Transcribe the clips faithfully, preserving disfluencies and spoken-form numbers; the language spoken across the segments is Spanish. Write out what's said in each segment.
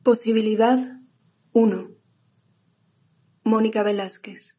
Posibilidad uno. Mónica Velázquez.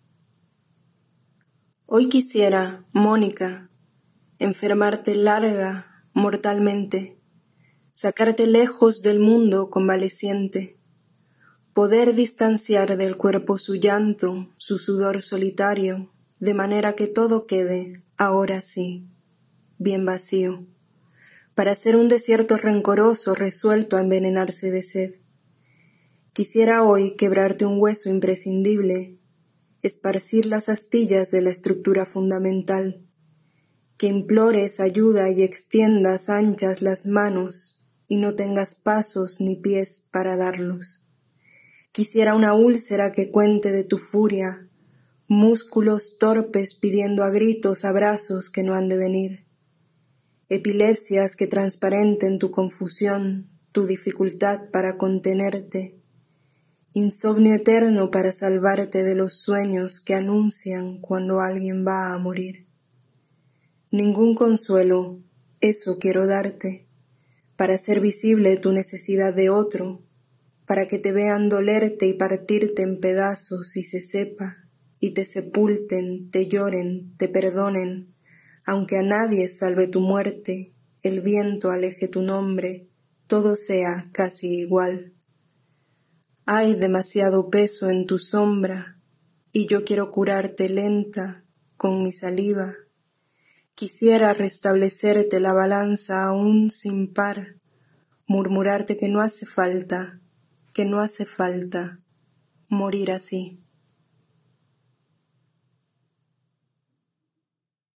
Hoy quisiera, Mónica, enfermarte larga, mortalmente, sacarte lejos del mundo convaleciente, poder distanciar del cuerpo su llanto, su sudor solitario, de manera que todo quede, ahora sí, bien vacío, para ser un desierto rencoroso resuelto a envenenarse de sed. Quisiera hoy quebrarte un hueso imprescindible, esparcir las astillas de la estructura fundamental, que implores ayuda y extiendas anchas las manos y no tengas pasos ni pies para darlos. Quisiera una úlcera que cuente de tu furia, músculos torpes pidiendo a gritos abrazos que no han de venir, epilepsias que transparenten tu confusión, tu dificultad para contenerte, insomnio eterno para salvarte de los sueños que anuncian cuando alguien va a morir. Ningún consuelo, eso quiero darte, para hacer visible tu necesidad de otro, para que te vean dolerte y partirte en pedazos y se sepa, y te sepulten, te lloren, te perdonen, aunque a nadie salve tu muerte, el viento aleje tu nombre, todo sea casi igual. Hay demasiado peso en tu sombra, y yo quiero curarte lenta con mi saliva. Quisiera restablecerte la balanza aún sin par, murmurarte que no hace falta, que no hace falta morir así.